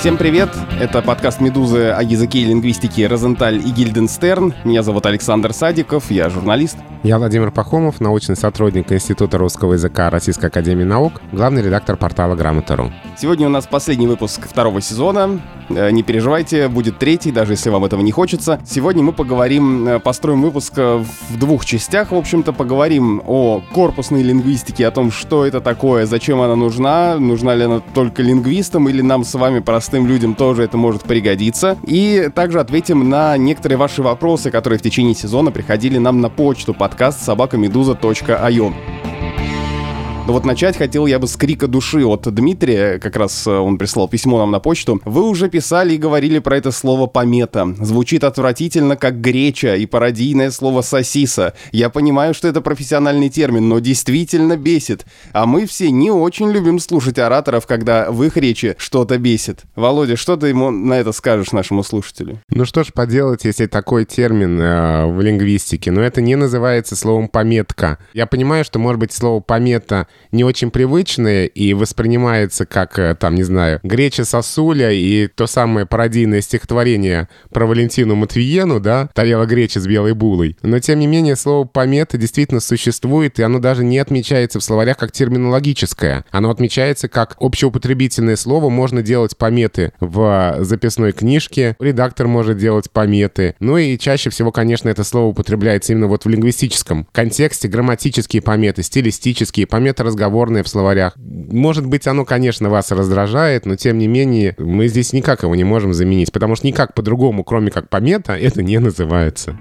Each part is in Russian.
Всем привет! Это подкаст «Медузы» о языке и лингвистике Розенталь и Гильденстерн. Меня зовут Александр Садиков, я журналист. Я Владимир Пахомов, научный сотрудник Института русского языка Российской академии наук, главный редактор портала Грамота.ру. Сегодня у нас последний выпуск второго сезона. Не переживайте, будет третий, даже если вам этого не хочется. Сегодня мы построим выпуск в двух частях. В общем-то, поговорим о корпусной лингвистике, о том, что это такое, зачем она нужна ли она только лингвистам или нам с вами, простым людям, тоже это может пригодиться. И также ответим на некоторые ваши вопросы, которые в течение сезона приходили нам на почту podcast@meduza.io. Но вот начать хотел я бы с крика души от Дмитрия, как раз он прислал письмо нам на почту. Вы уже писали и говорили про это слово «помета». Звучит отвратительно, как греча, и пародийное слово «сосиса». Я понимаю, что это профессиональный термин, но действительно бесит. А мы все не очень любим слушать ораторов, когда в их речи что-то бесит. Володя, что ты ему на это скажешь нашему слушателю? Ну что ж поделать, если такой термин в лингвистике, но это не называется словом «пометка». Я понимаю, что, может быть, слово «помета» не очень привычное и воспринимается как, греча сосуля и то самое пародийное стихотворение про Валентину Матвиену, да, «Тарела гречи с белой булой». Но, тем не менее, слово «помета» действительно существует, и оно даже не отмечается в словарях как терминологическое. Оно отмечается как общеупотребительное слово, можно делать пометы в записной книжке, редактор может делать пометы. Ну и чаще всего, конечно, это слово употребляется именно вот в лингвистическом контексте, грамматические пометы, стилистические пометы, разговорные в словарях. Может быть, оно, конечно, вас раздражает, но, тем не менее, мы здесь никак его не можем заменить, потому что никак по-другому, кроме как помета, это не называется.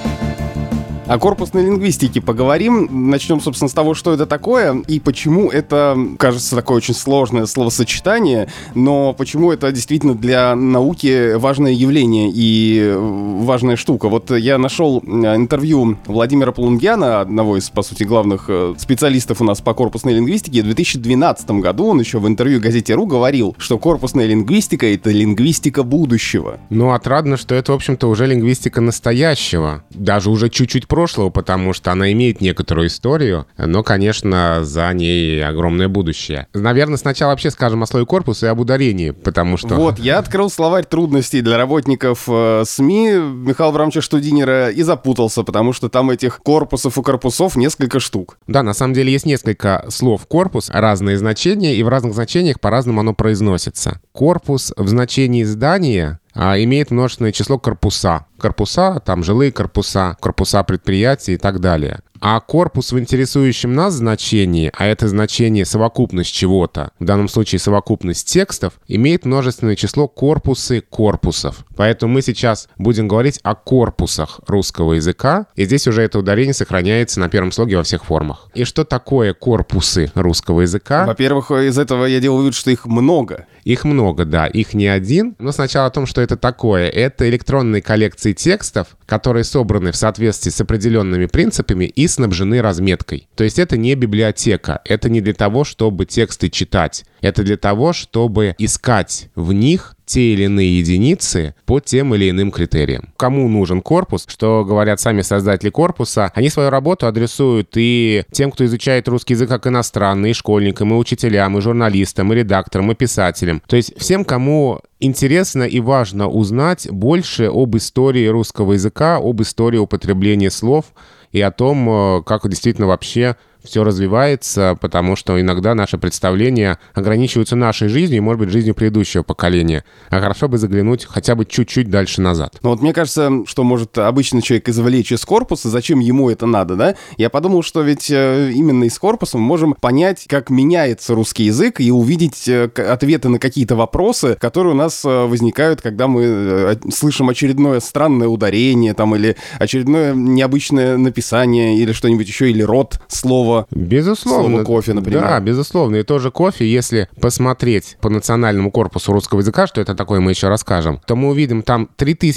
О корпусной лингвистике поговорим. Начнем, собственно, с того, что это такое и почему это, кажется, такое очень сложное словосочетание, но почему это действительно для науки важное явление и важная штука. Вот я нашел интервью Владимира Полунгяна, одного из, по сути, главных специалистов у нас по корпусной лингвистике. В 2012 году он еще в интервью газете «Ру» говорил, что корпусная лингвистика — это лингвистика будущего. Ну, отрадно, что это, в общем-то, уже лингвистика настоящего. Даже уже чуть-чуть прошлого, потому что она имеет некоторую историю, но, конечно, за ней огромное будущее. Наверное, сначала вообще скажем о слове «корпус» и об ударении, потому что... Вот, я открыл словарь трудностей для работников СМИ Михаила Абрамовича Штудинера и запутался, потому что там этих корпусов и корпусов несколько штук. Да, на самом деле есть несколько слов «корпус», разные значения, и в разных значениях по-разному оно произносится. Корпус в значении здания имеет множественное число корпуса. Корпуса, там жилые корпуса, корпуса предприятий и так далее. А корпус в интересующем нас значении, а это значение совокупность чего-то, в данном случае совокупность текстов, имеет множественное число корпусы корпусов. Поэтому мы сейчас будем говорить о корпусах русского языка, и здесь уже это ударение сохраняется на первом слоге во всех формах. И что такое корпусы русского языка? Во-первых, из этого я делаю вывод, что их много. Их много, да, их не один. Но сначала о том, что это такое. Это электронные коллекции текстов, которые собраны в соответствии с определенными принципами и снабжены разметкой. То есть это не библиотека, это не для того, чтобы тексты читать. Это для того, чтобы искать в них те или иные единицы по тем или иным критериям. Кому нужен корпус, что говорят сами создатели корпуса, они свою работу адресуют и тем, кто изучает русский язык как иностранный, и школьникам, и учителям, и журналистам, и редакторам, и писателям. То есть всем, кому интересно и важно узнать больше об истории русского языка, об истории употребления слов и о том, как действительно вообще все развивается, потому что иногда наши представления ограничиваются нашей жизнью и, может быть, жизнью предыдущего поколения. А хорошо бы заглянуть хотя бы чуть-чуть дальше назад. Ну вот мне кажется, что может обычный человек извлечь из корпуса, зачем ему это надо, да? Я подумал, что ведь именно из корпуса мы можем понять, как меняется русский язык и увидеть ответы на какие-то вопросы, которые у нас возникают, когда мы слышим очередное странное ударение там, или очередное необычное написание, или что-нибудь еще, или род слова. Безусловно. Слово кофе, например. Да, безусловно. И тоже кофе, если посмотреть по национальному корпусу русского языка, что это такое, мы еще расскажем, то мы увидим там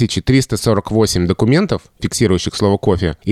3348 документов, фиксирующих слово кофе, и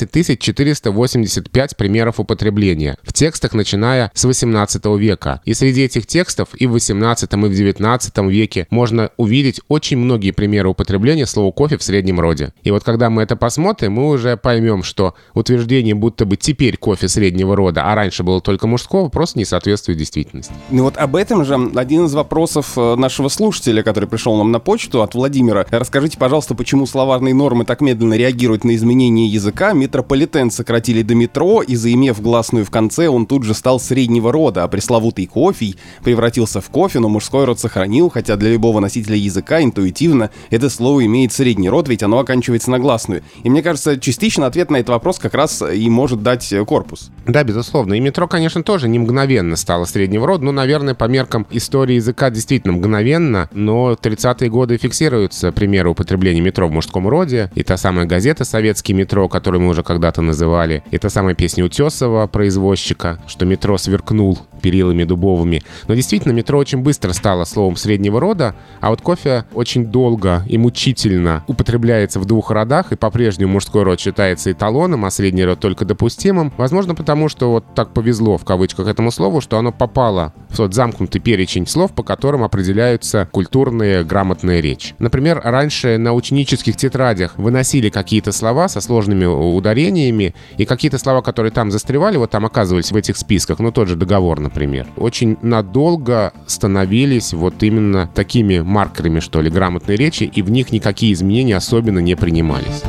13485 примеров употребления в текстах, начиная с 18 века. И среди этих текстов и в 18 и в 19 веке можно увидеть очень многие примеры употребления слова кофе в среднем роде. И вот когда мы это посмотрим, мы уже поймем, что утверждение, будто бы теперь кофе среднего среднего рода, а раньше было только мужского, просто не соответствует действительности. Ну вот об этом же один из вопросов нашего слушателя, который пришел нам на почту от Владимира. Расскажите, пожалуйста, почему словарные нормы так медленно реагируют на изменения языка? Метрополитен сократили до метро, и заимев гласную в конце, он тут же стал среднего рода, а пресловутый кофей превратился в кофе, но мужской род сохранил, хотя для любого носителя языка интуитивно это слово имеет средний род, ведь оно оканчивается на гласную. И мне кажется, частично ответ на этот вопрос как раз и может дать корпус. Да, безусловно. И метро, конечно, тоже не мгновенно стало среднего рода. Ну, наверное, по меркам истории языка действительно мгновенно, но 30-е годы фиксируются примеры употребления метро в мужском роде. И та самая газета «Советский метро», которую мы уже когда-то называли, и та самая песня Утесова, производчика, что метро сверкнул перилами дубовыми. Но действительно, метро очень быстро стало словом среднего рода, а вот кофе очень долго и мучительно употребляется в двух родах, и по-прежнему мужской род считается эталоном, а средний род только допустимым. Возможно, потому что вот так повезло, в кавычках, этому слову, что оно попало в тот замкнутый перечень слов, по которым определяются культурная, грамотная речь. Например, раньше на ученических тетрадях выносили какие-то слова со сложными ударениями, и какие-то слова, которые там застревали, вот там оказывались в этих списках, ну тот же договор, например, очень надолго становились вот именно такими маркерами, что ли, грамотной речи, и в них никакие изменения особенно не принимались.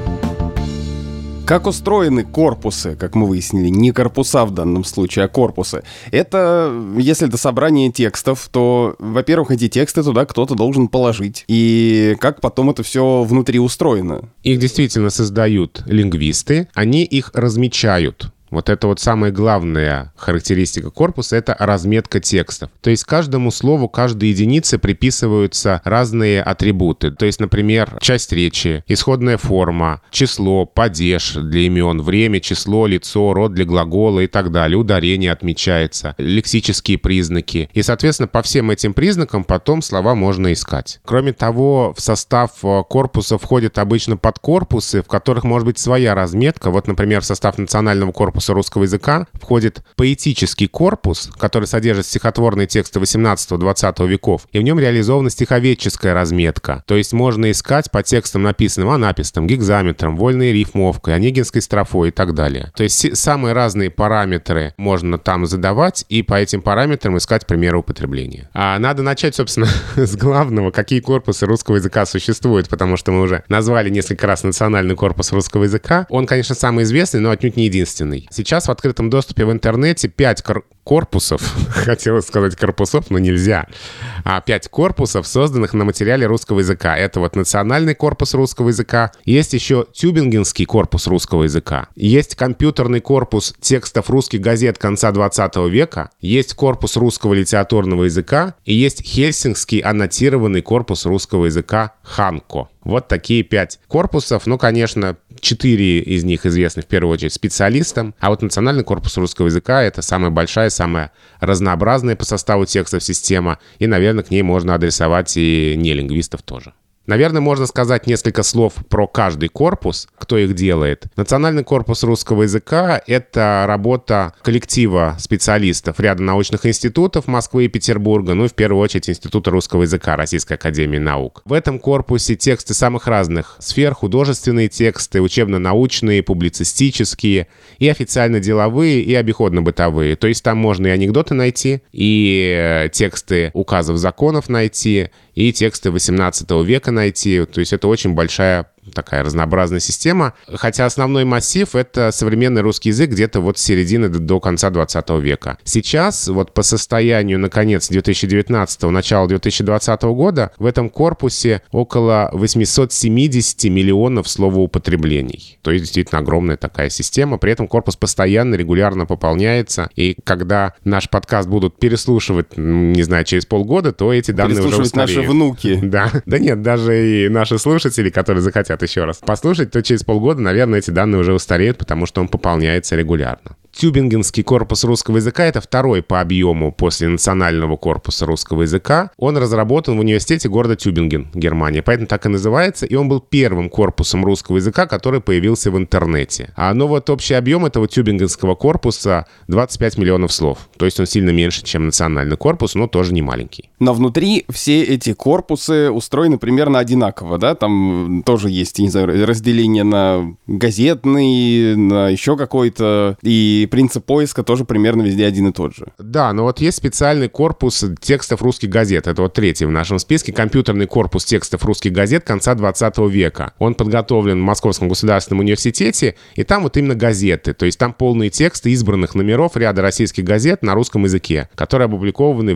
Как устроены корпусы, как мы выяснили, не корпуса в данном случае, а корпусы? Это, если это собрание текстов, то, во-первых, эти тексты туда кто-то должен положить. И как потом это все внутри устроено? Их действительно создают лингвисты, они их размечают. Вот это вот самая главная характеристика корпуса — это разметка текстов. То есть каждому слову, каждой единице приписываются разные атрибуты. То есть, например, часть речи, исходная форма, число, падеж для имен, время, число, лицо, род для глагола и так далее. Ударение отмечается, лексические признаки. И, соответственно, по всем этим признакам потом слова можно искать. Кроме того, в состав корпуса входят обычно подкорпусы, в которых может быть своя разметка. Вот, например, в состав национального корпуса русского языка входит поэтический корпус, который содержит стихотворные тексты 18-20 веков, и в нем реализована стиховедческая разметка. То есть можно искать по текстам, написанным анапистом, гекзаметром, вольной рифмовкой, онегинской строфой и так далее. То есть самые разные параметры можно там задавать, и по этим параметрам искать примеры употребления. А надо начать, собственно, с главного, какие корпусы русского языка существуют, потому что мы уже назвали несколько раз национальный корпус русского языка. Он, конечно, самый известный, но отнюдь не единственный. Сейчас в открытом доступе в интернете 5 корпусов, хотелось сказать корпусов, но нельзя, 5 корпусов, созданных на материале русского языка. Это вот национальный корпус русского языка, есть еще тюбингенский корпус русского языка, есть компьютерный корпус текстов русских газет конца 20 века, есть корпус русского литературного языка и есть хельсинкский аннотированный корпус русского языка Ханко. Вот такие 5 корпусов. Ну, конечно, 4 из них известны в первую очередь специалистам, а вот национальный корпус русского языка — это самая большая, самая разнообразная по составу текстов система, и, наверное, к ней можно адресовать и нелингвистов тоже. Наверное, можно сказать несколько слов про каждый корпус, кто их делает. Национальный корпус русского языка — это работа коллектива специалистов ряда научных институтов Москвы и Петербурга, ну и в первую очередь Института русского языка Российской академии наук. В этом корпусе тексты самых разных сфер, художественные тексты, учебно-научные, публицистические, и официально-деловые, и обиходно-бытовые. То есть там можно и анекдоты найти, и тексты указов законов найти, и тексты 18 века найти. То есть это очень большая такая разнообразная система. Хотя основной массив — это современный русский язык где-то вот с середины до конца 20 века. Сейчас, вот по состоянию на конец 2019-го, начало 2020 года, в этом корпусе около 870 миллионов словоупотреблений. То есть действительно огромная такая система. При этом корпус постоянно, регулярно пополняется. И когда наш подкаст будут переслушивать, не знаю, через полгода, то эти данные уже устареют. Наши внуки. Да нет, даже и наши слушатели, которые захотят еще раз послушать, то через полгода, наверное, эти данные уже устареют, потому что он пополняется регулярно. Тюбингенский корпус русского языка — это второй по объему после национального корпуса русского языка. Он разработан в университете города Тюбинген, Германия, поэтому так и называется, и он был первым корпусом русского языка, который появился в интернете. Но вот общий объем этого тюбингенского корпуса 25 миллионов слов, то есть он сильно меньше, чем национальный корпус, но тоже не маленький. Но внутри все эти корпусы устроены примерно одинаково, да? Там тоже есть есть, не знаю, разделение на газетный, на еще какой-то, и принцип поиска тоже примерно везде один и тот же. Да, но вот есть специальный корпус текстов русских газет. Это вот третий в нашем списке. Компьютерный корпус текстов русских газет конца 20 века. Он подготовлен в Московском государственном университете, и там вот именно газеты. То есть там полные тексты избранных номеров ряда российских газет на русском языке, которые опубликованы в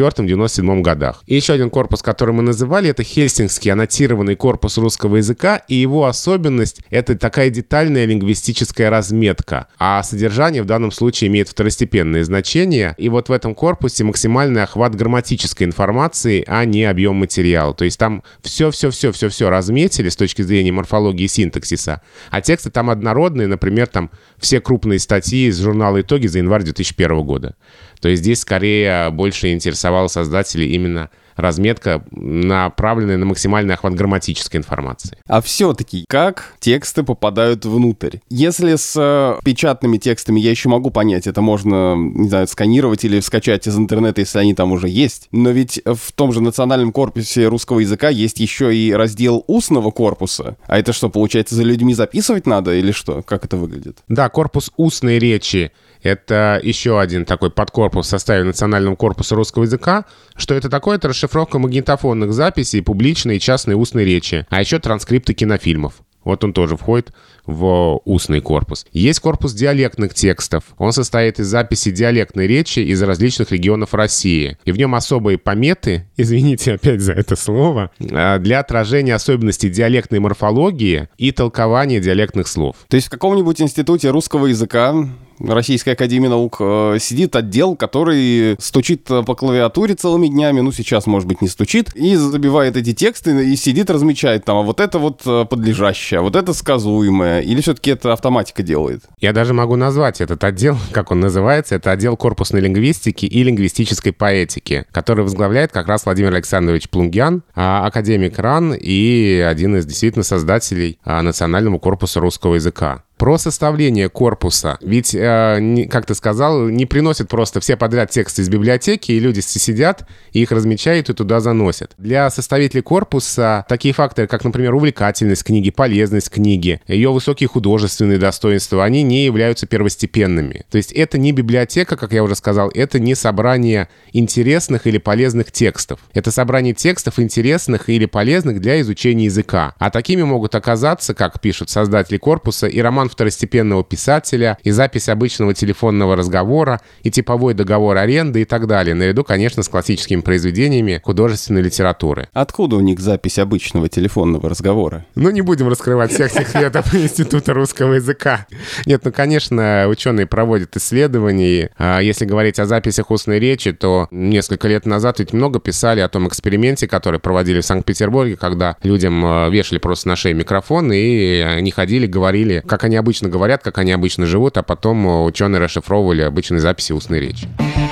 94-97 годах. И еще один корпус, который мы называли, это Хельсинкский аннотированный корпус русского языка, и его особенность — это такая детальная лингвистическая разметка. А содержание в данном случае имеет второстепенное значение, и вот в этом корпусе максимальный охват грамматической информации, а не объем материала. То есть там все разметили с точки зрения морфологии и синтаксиса, а тексты там однородные, например, там все крупные статьи из журнала «Итоги» за январь 2001 года. То есть здесь скорее больше интересовало создателей именно разметка, направленная на максимальный охват грамматической информации. А все-таки, как тексты попадают внутрь? Если с печатными текстами я еще могу понять, это можно, не знаю, сканировать или скачать из интернета, если они там уже есть. Но ведь в том же национальном корпусе русского языка есть еще и раздел устного корпуса. А это что, получается, за людьми записывать надо или что? Как это выглядит? Да, корпус устной речи — это еще один такой подкорпус в составе национального корпуса русского языка. Что это такое? Это расшифровка магнитофонных записей публичной и частной устной речи, а еще транскрипты кинофильмов. Вот он тоже входит в устный корпус. Есть корпус диалектных текстов. Он состоит из записи диалектной речи из различных регионов России. И в нем особые пометы, извините опять за это слово, для отражения особенностей диалектной морфологии и толкования диалектных слов. То есть в каком-нибудь институте русского языка Российской академии наук сидит отдел, который стучит по клавиатуре целыми днями, ну сейчас, может быть, не стучит, и забивает эти тексты и сидит, размечает там, а вот это вот подлежащее, а вот это сказуемое, или все-таки это автоматика делает? Я даже могу назвать этот отдел, как он называется, это отдел корпусной лингвистики и лингвистической поэтики, который возглавляет как раз Владимир Александрович Плунгян, академик РАН и один из действительно создателей национального корпуса русского языка. Про составление корпуса. Ведь, как ты сказал, не приносят просто все подряд тексты из библиотеки, и люди сидят, и их размечают и туда заносят. Для составителей корпуса такие факторы, как, например, увлекательность книги, полезность книги, ее высокие художественные достоинства, они не являются первостепенными. То есть это не библиотека, как я уже сказал, это не собрание интересных или полезных текстов. Это собрание текстов интересных или полезных для изучения языка. А такими могут оказаться, как пишут создатели корпуса, и роман второстепенного писателя, и запись обычного телефонного разговора, и типовой договор аренды и так далее, наряду, конечно, с классическими произведениями художественной литературы. Откуда у них запись обычного телефонного разговора? Ну, не будем раскрывать всех секретов Института русского языка. Нет, ну, конечно, ученые проводят исследования. Если говорить о записях устной речи, то несколько лет назад ведь много писали о том эксперименте, который проводили в Санкт-Петербурге, когда людям вешали просто на шею микрофон, и они ходили, говорили, как они обычно говорят, как они обычно живут, а потом ученые расшифровывали обычные записи устной речи.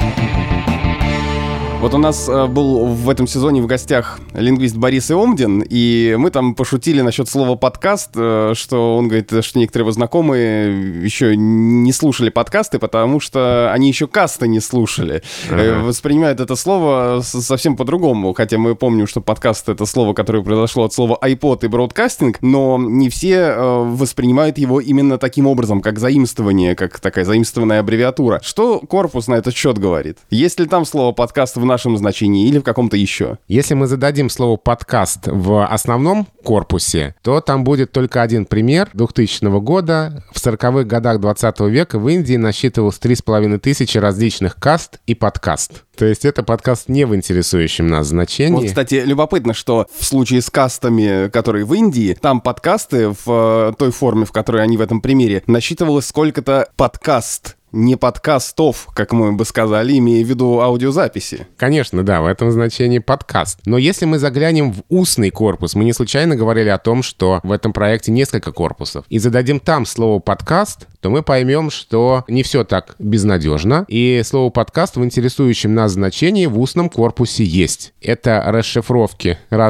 Вот у нас был в этом сезоне в гостях лингвист Борис Иомдин, и мы там пошутили насчет слова «подкаст», что он говорит, что некоторые его знакомые еще не слушали подкасты, потому что они еще касты не слушали. Воспринимают это слово совсем по-другому, хотя мы помним, что подкаст — это слово, которое произошло от слова iPod и бродкастинг, но не все воспринимают его именно таким образом, как заимствование, как такая заимствованная аббревиатура. Что корпус на этот счет говорит? Есть ли там слово «подкаст» в нашем значении или в каком-то еще? Если мы зададим слово «подкаст» в основном корпусе, то там будет только один пример. 2000 года, в 40-х годах 20 века в Индии насчитывалось 3500 различных каст и подкаст. То есть это подкаст не в интересующем нас значении. Вот, кстати, любопытно, что в случае с кастами, которые в Индии, там подкасты в той форме, в которой они в этом примере, насчитывалось сколько-то подкаст. Не подкастов, как мы бы сказали, имея в виду аудиозаписи. Конечно, да, в этом значении подкаст. Но если мы заглянем в устный корпус, мы не случайно говорили о том, что в этом проекте несколько корпусов, и зададим там слово «подкаст», то мы поймем, что не все так безнадежно, и слово «подкаст» в интересующем нас значении в устном корпусе есть. Это расшифровки разных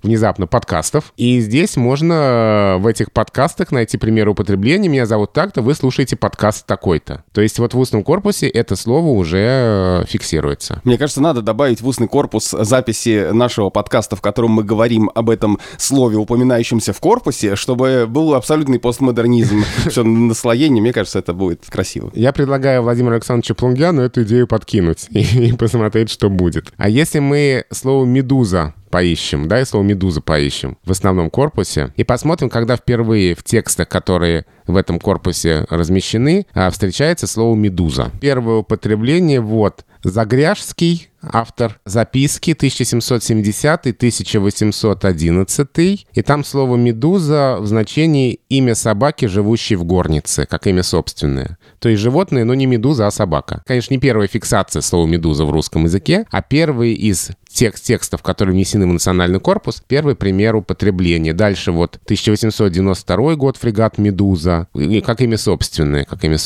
внезапно подкастов. И здесь можно в этих подкастах найти примеры употребления. Меня зовут так-то, вы слушаете подкаст такой-то. То есть вот в устном корпусе это слово уже фиксируется. Мне кажется, надо добавить в устный корпус записи нашего подкаста, в котором мы говорим об этом слове, упоминающемся в корпусе, чтобы был абсолютный постмодернизм, все наслоение. Мне кажется, это будет красиво. Я предлагаю Владимиру Александровичу Плунгяну эту идею подкинуть и посмотреть, что будет. А если мы слово «медуза» поищем, да, и слово «медуза» поищем в основном корпусе, и посмотрим, когда впервые в текстах, которые в этом корпусе размещены, встречается слово «медуза». Первое употребление, вот, Загряжский, автор записки 1770-1811, и там слово «медуза» в значении «имя собаки, живущей в горнице», как имя собственное. То есть животное, но не медуза, а собака. Конечно, не первая фиксация слова «медуза» в русском языке, а первый из текстов, которые внесены в национальный корпус, первый пример употребления. Дальше вот 1892 год, фрегат «Медуза», и как имя собственное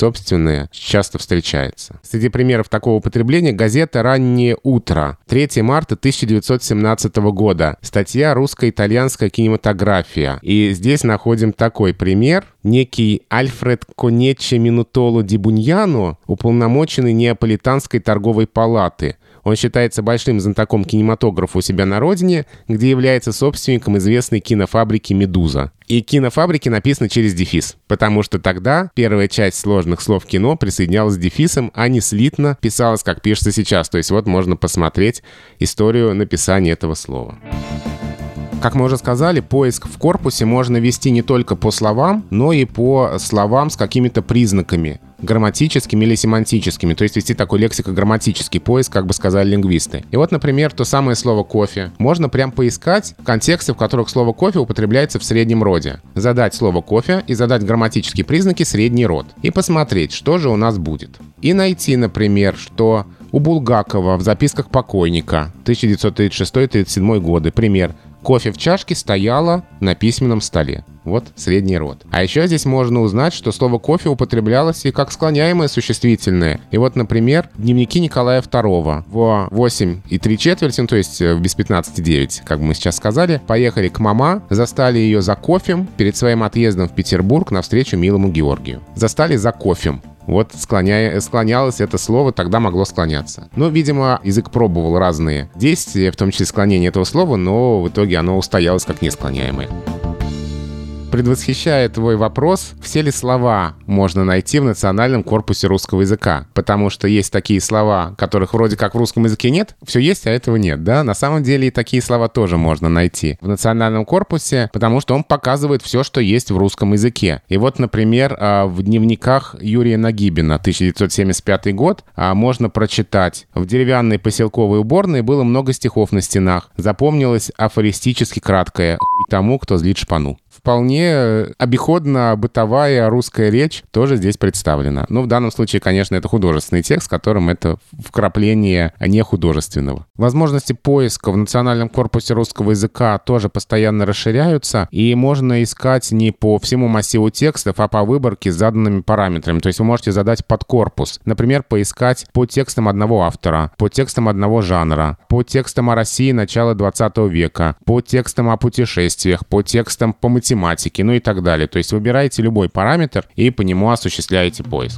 часто встречается. Среди примеров такого употребления газета «Раннее утро», 3 марта 1917 года, статья «Русско-итальянская кинематография». И здесь находим такой пример. Некий Альфред Конечче Минутоло ди Буньяно, уполномоченный Неаполитанской торговой палаты. Он считается большим знатоком кинематографа у себя на родине, где является собственником известной кинофабрики «Медуза». И кинофабрики написано через дефис, потому что тогда первая часть сложных слов кино присоединялась с дефисом, а не слитно писалась, как пишется сейчас. То есть вот можно посмотреть историю написания этого слова. Как мы уже сказали, поиск в корпусе можно вести не только по словам, но и по словам с какими-то признаками, грамматическими или семантическими, то есть вести такой лексико-грамматический поиск, как бы сказали лингвисты. И вот, например, то самое слово «кофе» можно прям поискать в контексте, в которых слово «кофе» употребляется в среднем роде. Задать слово «кофе» и задать грамматические признаки «средний род». И посмотреть, что же у нас будет. И найти, например, что у Булгакова в записках покойника 1936-37 годы, пример: «Кофе в чашке стояло на письменном столе». Вот средний род. А еще здесь можно узнать, что слово «кофе» употреблялось и как склоняемое существительное. И вот, например, дневники Николая II в 8,3, ну, то есть без 15,9, как мы сейчас сказали, поехали к мама, застали ее за кофем перед своим отъездом в Петербург навстречу милому Георгию. Застали за кофем. Вот склонялось это слово, тогда могло склоняться. Но, видимо, язык пробовал разные действия, в том числе склонение этого слова, но в итоге оно устоялось как несклоняемое. Предвосхищая твой вопрос, все ли слова можно найти в национальном корпусе русского языка? Потому что есть такие слова, которых вроде как в русском языке нет, все есть, а этого нет, да? На самом деле и такие слова тоже можно найти в национальном корпусе, потому что он показывает все, что есть в русском языке. И вот, например, в дневниках Юрия Нагибина, 1975 год, можно прочитать: в деревянной поселковой уборной было много стихов на стенах. Запомнилось афористически краткое: «Хуй тому, кто злит шпану». Вполне обиходно-бытовая русская речь тоже здесь представлена. Но в данном случае, конечно, это художественный текст, в котором это вкрапление нехудожественного. Возможности поиска в национальном корпусе русского языка тоже постоянно расширяются, и можно искать не по всему массиву текстов, а по выборке с заданными параметрами. То есть вы можете задать подкорпус. Например, поискать по текстам одного автора, по текстам одного жанра, по текстам о России начала 20 века, по текстам о путешествиях, по текстам по математике, ну и так далее. То есть выбираете любой параметр и по нему осуществляете поиск.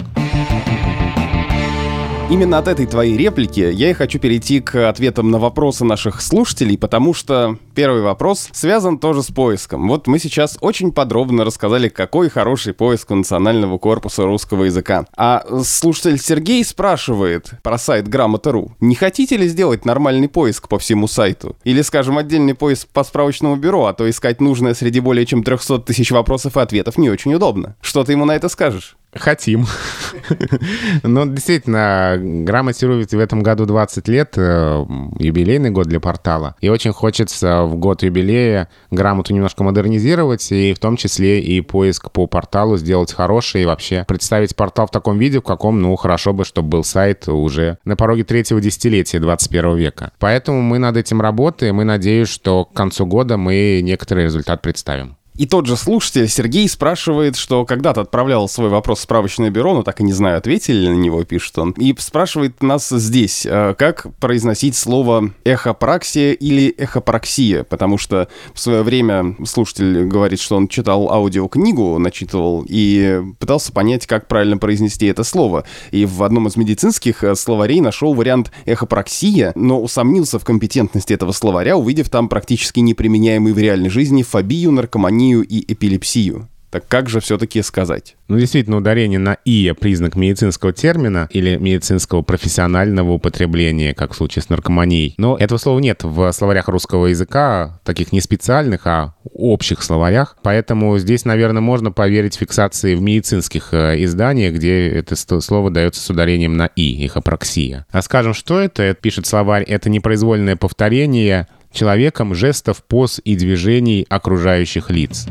Именно от этой твоей реплики я и хочу перейти к ответам на вопросы наших слушателей, потому что первый вопрос связан тоже с поиском. Вот мы сейчас очень подробно рассказали, какой хороший поиск у национального корпуса русского языка. А слушатель Сергей спрашивает про сайт Грамота.ру. Не хотите ли сделать нормальный поиск по всему сайту? Или, скажем, отдельный поиск по справочному бюро, а то искать нужное среди более чем 300 тысяч вопросов и ответов не очень удобно. Что ты ему на это скажешь? Хотим. Но действительно, Грамоте.ру ведь в этом году 20 лет, юбилейный год для портала. И очень хочется в год юбилея Грамоту немножко модернизировать, и в том числе и поиск по порталу сделать хороший, и вообще представить портал в таком виде, в каком, хорошо бы, чтобы был сайт уже на пороге 3-го десятилетия 21 века. Поэтому мы над этим работаем, и надеюсь, что к концу года мы некоторый результат представим. И тот же слушатель Сергей спрашивает, что когда-то отправлял свой вопрос в справочное бюро, но так и не знаю, ответили ли на него, пишет он. И спрашивает нас здесь, как произносить слово эхопраксия или эхопраксия, потому что в свое время слушатель говорит, что он читал аудиокнигу, начитывал и пытался понять, как правильно произнести это слово. И в одном из медицинских словарей нашел вариант эхопраксия, но усомнился в компетентности этого словаря, увидев там практически неприменяемый в реальной жизни фобию, наркоманию и эпилепсию. Так как же все-таки сказать? Ну, действительно, ударение на «и» — признак медицинского термина или медицинского профессионального употребления, как в случае с наркоманией. Но этого слова нет в словарях русского языка, таких не специальных, а общих словарях. Поэтому здесь, наверное, можно поверить фиксации в медицинских изданиях, где это слово дается с ударением на «и» — эхопраксия. А скажем, что это? Пишет словарь, это непроизвольное повторение человеком жестов, поз и движений окружающих лиц.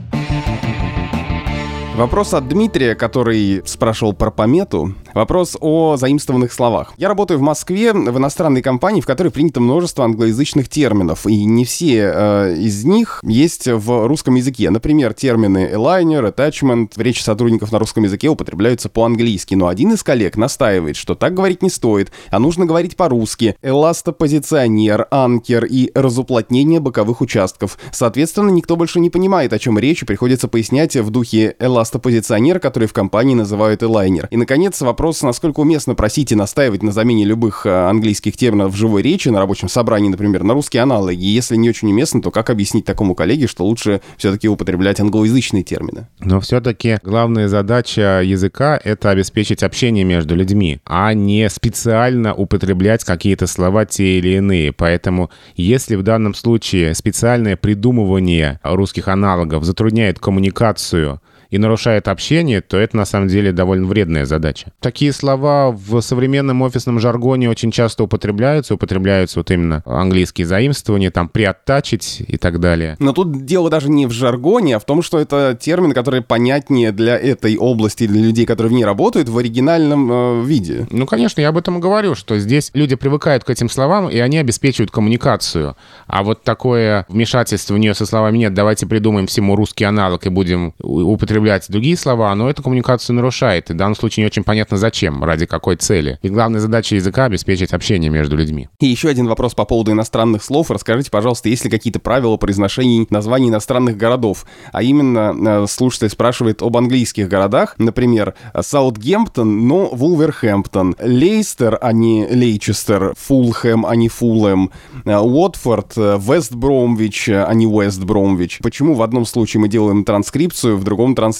Вопрос от Дмитрия, который спрашивал про помету. Вопрос о заимствованных словах. Я работаю в Москве в иностранной компании, в которой принято множество англоязычных терминов, и не все из них есть в русском языке. Например, термины aligner, attachment в речи сотрудников на русском языке употребляются по-английски, но один из коллег настаивает, что так говорить не стоит, а нужно говорить по-русски. Эластопозиционер, анкер и разуплотнение боковых участков. Соответственно, никто больше не понимает, о чем речь, и приходится пояснять в духе эластопозиционер, который в компании называют элайнер. И, наконец, вопрос, насколько уместно просить и настаивать на замене любых английских терминов в живой речи, на рабочем собрании, например, на русские аналоги. И если не очень уместно, то как объяснить такому коллеге, что лучше все-таки употреблять англоязычные термины? Но все-таки главная задача языка — это обеспечить общение между людьми, а не специально употреблять какие-то слова те или иные. Поэтому, если в данном случае специальное придумывание русских аналогов затрудняет коммуникацию и нарушает общение, то это на самом деле довольно вредная задача. Такие слова в современном офисном жаргоне очень часто употребляются вот именно английские заимствования, там приоттачить и так далее. Но тут дело даже не в жаргоне, а в том, что это термин, который понятнее для этой области, для людей, которые в ней работают, в оригинальном виде. Ну, конечно, я об этом и говорю, что здесь люди привыкают к этим словам, и они обеспечивают коммуникацию. А вот такое вмешательство в нее со словами «нет, давайте придумаем всему русский аналог и будем употреблять другие слова, но эту коммуникацию нарушает. И в данном случае не очень понятно, зачем, ради какой цели. И главная задача языка — обеспечить общение между людьми. И еще один вопрос по поводу иностранных слов. Расскажите, пожалуйста, есть ли какие-то правила произношения названий иностранных городов? А именно, слушатель спрашивает об английских городах. Например, Саутгемптон, но Вулверхэмптон. Лейстер, а не Лейчестер. Фулхэм, а не Фулэм. Уотфорд, Вест-Бромвич, а не Уэст-Бромвич. Почему в одном случае мы делаем транскрипцию, в другом транслитерацию?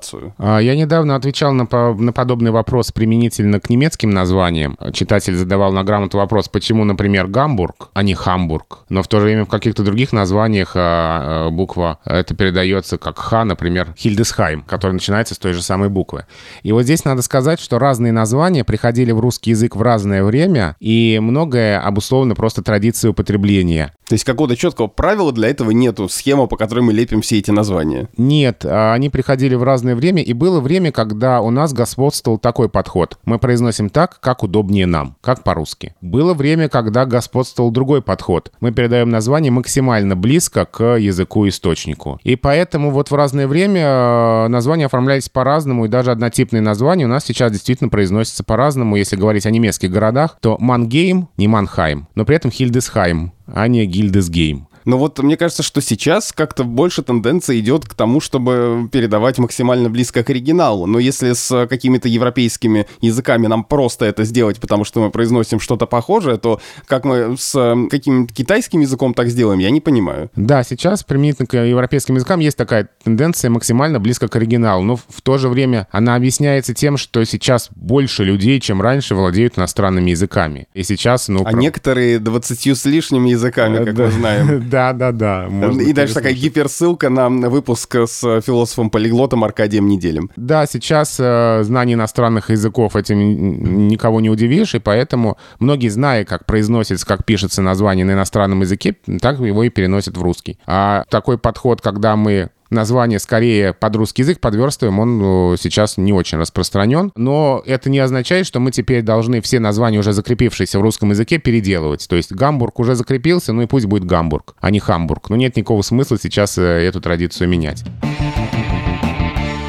Я недавно отвечал на подобный вопрос применительно к немецким названиям. Читатель задавал на грамоту вопрос, почему, например, Гамбург, а не Хамбург. Но в то же время в каких-то других названиях буква это передается как Х, например, Хильдесхайм, который начинается с той же самой буквы. И вот здесь надо сказать, что разные названия приходили в русский язык в разное время, и многое обусловлено просто традицией употребления. То есть какого-то четкого правила для этого нету, схема, по которой мы лепим все эти названия? Нет, они приходили в разное время, и было время, когда у нас господствовал такой подход. Мы произносим так, как удобнее нам, как по-русски. Было время, когда господствовал другой подход. Мы передаем название максимально близко к языку-источнику. И поэтому вот в разное время названия оформлялись по-разному, и даже однотипные названия у нас сейчас действительно произносятся по-разному. Если говорить о немецких городах, то Мангейм, не Манхайм, но при этом Хильдесхайм, а не Гильдесгейм. Но вот мне кажется, что сейчас как-то больше тенденция идет к тому, чтобы передавать максимально близко к оригиналу. Но если с какими-то европейскими языками нам просто это сделать, потому что мы произносим что-то похожее, то как мы с каким-то китайским языком так сделаем, я не понимаю. Да, сейчас применительно к европейским языкам есть такая тенденция максимально близко к оригиналу. Но в то же время она объясняется тем, что сейчас больше людей, чем раньше, владеют иностранными языками. И сейчас, некоторые 20 с лишним языками, как мы знаем. Да. И даже такая гиперссылка на выпуск с философом-полиглотом Аркадием Неделем. Да, сейчас знание иностранных языков этим никого не удивишь, и поэтому многие, зная, как произносится, как пишется название на иностранном языке, так его и переносят в русский. А такой подход, когда мы название скорее под русский язык подверстываем, он сейчас не очень распространен. Но это не означает, что мы теперь должны все названия, уже закрепившиеся в русском языке, переделывать. То есть Гамбург уже закрепился, ну и пусть будет Гамбург, а не Хамбург. Но нет никакого смысла сейчас эту традицию менять.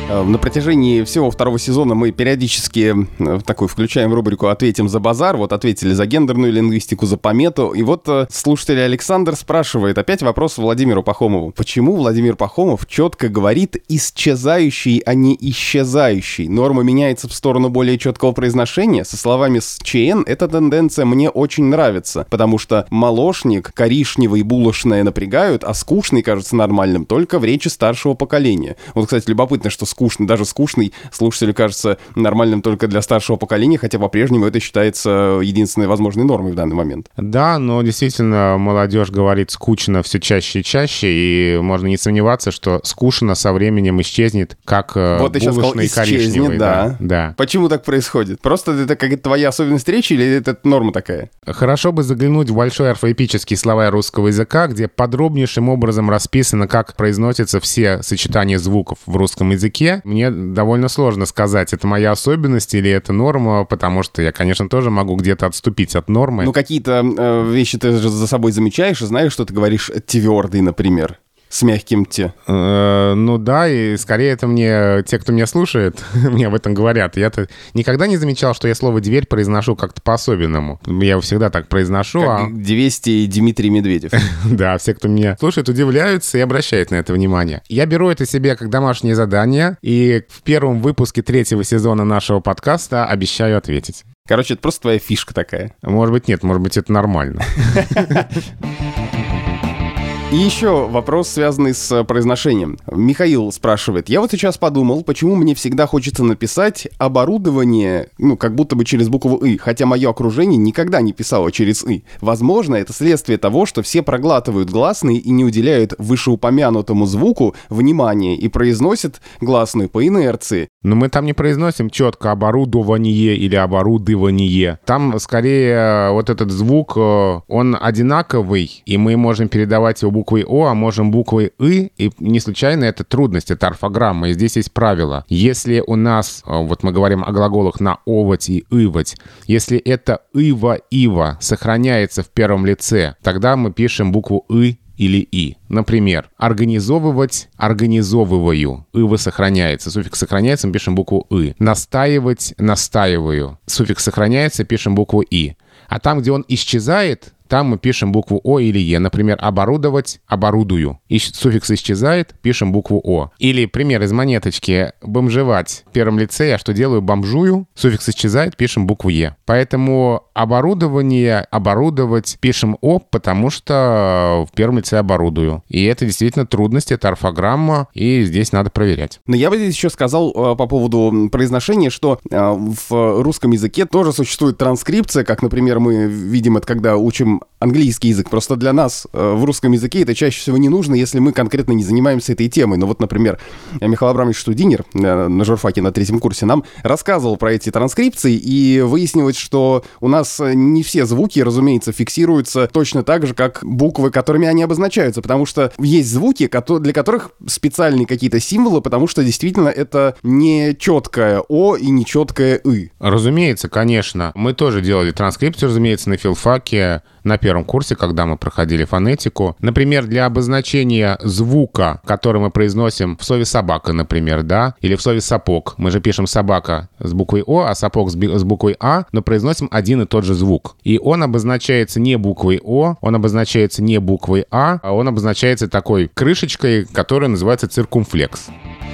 На протяжении всего второго сезона мы периодически такую включаем рубрику «Ответим за базар». Вот ответили за гендерную лингвистику, за помету. И вот слушатель Александр спрашивает, опять вопрос Владимиру Пахомову. Почему Владимир Пахомов четко говорит «исчезающий», а не «исчезающий»? Норма меняется в сторону более четкого произношения. Со словами с ЧН эта тенденция мне очень нравится, потому что молочник, коричневый и булочное напрягают, а скучный кажется нормальным только в речи старшего поколения. Вот, кстати, любопытно, что даже скучный слушателю кажется нормальным только для старшего поколения, хотя по-прежнему это считается единственной возможной нормой в данный момент. Да, но действительно молодежь говорит скучно все чаще и чаще, и можно не сомневаться, что скучно со временем исчезнет, как вот булочный и коричневый. Да. Почему так происходит? Просто это какая-то твоя особенность речи или это норма такая? Хорошо бы заглянуть в большой орфоэпический словарь русского языка, где подробнейшим образом расписано, как произносятся все сочетания звуков в русском языке. Мне довольно сложно сказать, это моя особенность или это норма, потому что я, конечно, тоже могу где-то отступить от нормы. Ну, какие-то вещи ты же за собой замечаешь и знаешь, что ты говоришь «твердый», например. С мягким «те». Ну да, и скорее это мне те, кто меня слушает, мне об этом говорят. Я-то никогда не замечал, что я слово «дверь» произношу как-то по-особенному. Я его всегда так произношу. Как 200 и Дмитрий Медведев. Да, все, кто меня слушает, удивляются и обращают на это внимание. Я беру это себе как домашнее задание, и в первом выпуске 3-го сезона нашего подкаста обещаю ответить. Короче, это просто твоя фишка такая. Может быть, нет, может быть, это нормально. И еще вопрос, связанный с произношением. Михаил спрашивает. Я вот сейчас подумал, почему мне всегда хочется написать оборудование, как будто бы через букву «ы», хотя мое окружение никогда не писало через «ы». Возможно, это следствие того, что все проглатывают гласные и не уделяют вышеупомянутому звуку внимания и произносят гласную по инерции. Но мы там не произносим четко «оборудование» или «оборудование». Там скорее вот этот звук, он одинаковый, и мы можем передавать его буквой «о», а можем буквой «ы», и не случайно это трудность, это орфограмма, и здесь есть правило. Если у нас, вот мы говорим о глаголах на «овать» и «ывать», если это «ива», «ива» сохраняется в первом лице, тогда мы пишем букву «ы» или «и». Например, организовывать, организовываю. Ива сохраняется. Суффикс сохраняется, мы пишем букву «ы». Настаивать, настаиваю. Суффикс сохраняется, пишем букву «и». А там, где он исчезает, там мы пишем букву «о» или «е». Например, оборудовать, оборудую. Суффикс исчезает, пишем букву «о». Или пример из монеточки. Бомжевать. В первом лице я что делаю? Бомжую. Суффикс исчезает, пишем букву «е». Поэтому оборудование, оборудовать, пишем «о», потому что в первом лице оборудую. И это действительно трудность, это орфограмма, и здесь надо проверять. Но я бы здесь еще сказал по поводу произношения, что в русском языке тоже существует транскрипция, как, например, мы видим это, когда учим английский язык. Просто для нас в русском языке это чаще всего не нужно, если мы конкретно не занимаемся этой темой. Но вот, например, Михаил Абрамович Штудинер на журфаке на 3-м курсе нам рассказывал про эти транскрипции, и выяснилось, что у нас не все звуки, разумеется, фиксируются точно так же, как буквы, которыми они обозначаются, потому что есть звуки, для которых специальные какие-то символы, потому что действительно это не четкое «о» и не четкое «ы». Разумеется, конечно. Мы тоже делали транскрипцию, разумеется, на филфаке, на 1-м курсе, когда мы проходили фонетику. Например, для обозначения звука, который мы произносим в слове «собака», например, да, или в слове «сапог». Мы же пишем «собака» с буквой «о», а «сапог» с буквой «а», но произносим один и тот же звук. И он обозначается не буквой «о», он обозначается не буквой «а», а он обозначается такой крышечкой, которая называется циркумфлекс.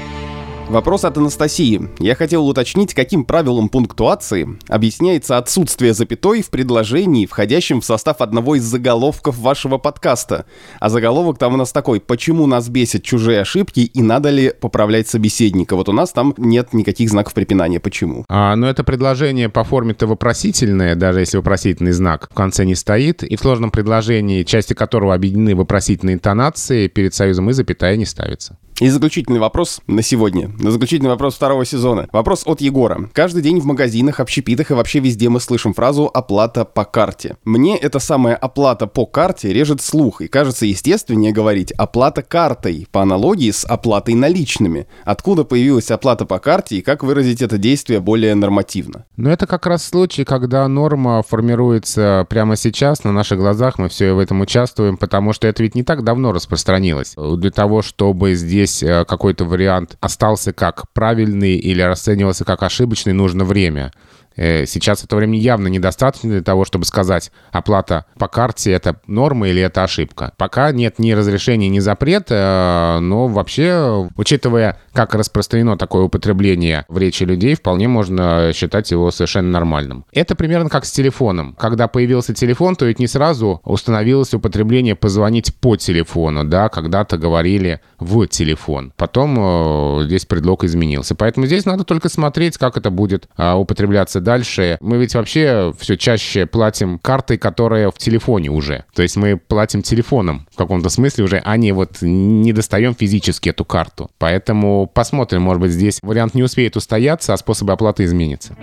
Вопрос от Анастасии. Я хотел уточнить, каким правилом пунктуации объясняется отсутствие запятой в предложении, входящем в состав одного из заголовков вашего подкаста. А заголовок там у нас такой: «Почему нас бесят чужие ошибки и надо ли поправлять собеседника?» Вот у нас там нет никаких знаков препинания. Почему? Но это предложение по форме-то вопросительное, даже если вопросительный знак в конце не стоит. И в сложном предложении, части которого объединены вопросительные интонации, перед союзом и запятая не ставится. И заключительный вопрос на сегодня. Заключительный вопрос 2-го сезона. Вопрос от Егора. Каждый день в магазинах, общепитах и вообще везде мы слышим фразу «оплата по карте». Мне эта самая оплата по карте режет слух, и кажется естественнее говорить «оплата картой», по аналогии с оплатой наличными. Откуда появилась оплата по карте и как выразить это действие более нормативно? Ну, это как раз случай, когда норма формируется прямо сейчас, на наших глазах, мы все в этом участвуем, потому что это ведь не так давно распространилось. Для того, чтобы здесь здесь какой-то вариант остался как правильный или расценивался как ошибочный, нужно время. Сейчас этого времени явно недостаточно для того, чтобы сказать, оплата по карте — это норма или это ошибка. Пока нет ни разрешения, ни запрета, но вообще, учитывая, как распространено такое употребление в речи людей, вполне можно считать его совершенно нормальным. Это примерно как с телефоном. Когда появился телефон, то ведь не сразу установилось употребление позвонить по телефону, да, когда-то говорили в телефон. Потом здесь предлог изменился. Поэтому здесь надо только смотреть, как это будет употребляться дальше. Мы ведь вообще все чаще платим картой, которая в телефоне уже. То есть мы платим телефоном в каком-то смысле уже, а не достаем физически эту карту. Поэтому посмотрим, может быть, здесь вариант не успеет устояться, а способы оплаты изменятся.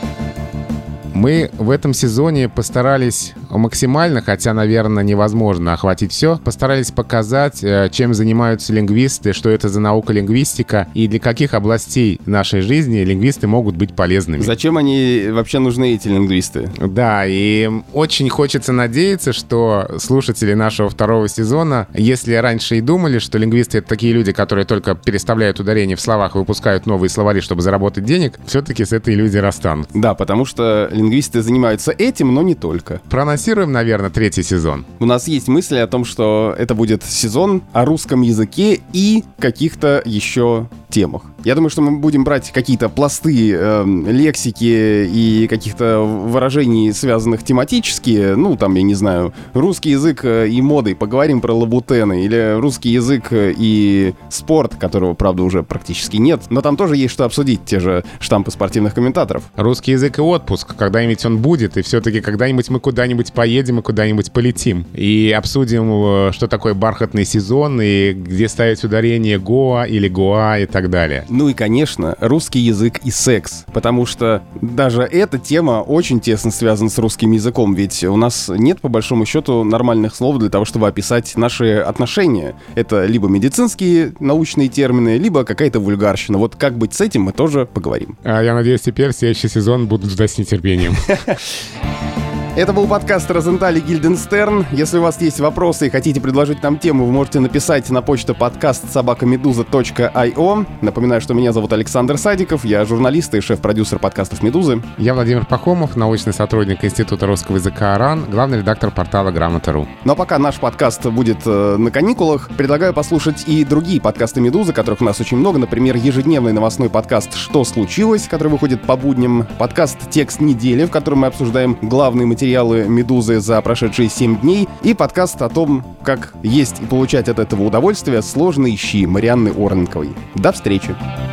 Мы в этом сезоне постарались максимально, хотя, наверное, невозможно охватить все, постарались показать, чем занимаются лингвисты, что это за наука лингвистика и для каких областей нашей жизни лингвисты могут быть полезными. Зачем они вообще нужны, эти лингвисты? Да, и очень хочется надеяться, что слушатели нашего второго сезона, если раньше и думали, что лингвисты — это такие люди, которые только переставляют ударения в словах и выпускают новые словари, чтобы заработать денег, все-таки с этой иллюзией расстанут. Да, потому что лингвисты занимаются этим, но не только. Проанонсируем, наверное, третий сезон. У нас есть мысли о том, что это будет сезон о русском языке и каких-то еще темах. Я думаю, что мы будем брать какие-то пласты лексики и каких-то выражений, связанных тематически. Ну, там, я не знаю, русский язык и моды. Поговорим про лабутены. Или русский язык и спорт, которого, правда, уже практически нет. Но там тоже есть что обсудить, те же штампы спортивных комментаторов. Русский язык и отпуск. Когда-нибудь он будет, и все-таки когда-нибудь мы куда-нибудь поедем и куда-нибудь полетим. И обсудим, что такое бархатный сезон, и где ставить ударение Гоа или Гоа и так далее. Ну и, конечно, русский язык и секс, потому что даже эта тема очень тесно связана с русским языком, ведь у нас нет, по большому счету, нормальных слов для того, чтобы описать наши отношения. Это либо медицинские научные термины, либо какая-то вульгарщина. Вот как быть с этим, мы тоже поговорим. Я надеюсь, теперь следующий сезон будут ждать с нетерпением. Это был подкаст «Розенталь и Гильденстерн». Если у вас есть вопросы и хотите предложить нам тему, вы можете написать на почту podcast@meduza.io. Напоминаю, что меня зовут Александр Садиков, я журналист и шеф-продюсер подкастов «Медузы». Я Владимир Пахомов, научный сотрудник Института русского языка АРАН, главный редактор портала Грамота.ру. Ну а пока наш подкаст будет на каникулах, предлагаю послушать и другие подкасты «Медузы», которых у нас очень много. Например, ежедневный новостной подкаст «Что случилось?», который выходит по будням, подкаст «Текст недели», в котором мы обсуждаем главные материалы «Медузы» за прошедшие 7 дней, и подкаст о том, как есть и получать от этого удовольствие «Сложные щи» Марианны Орленковой. До встречи!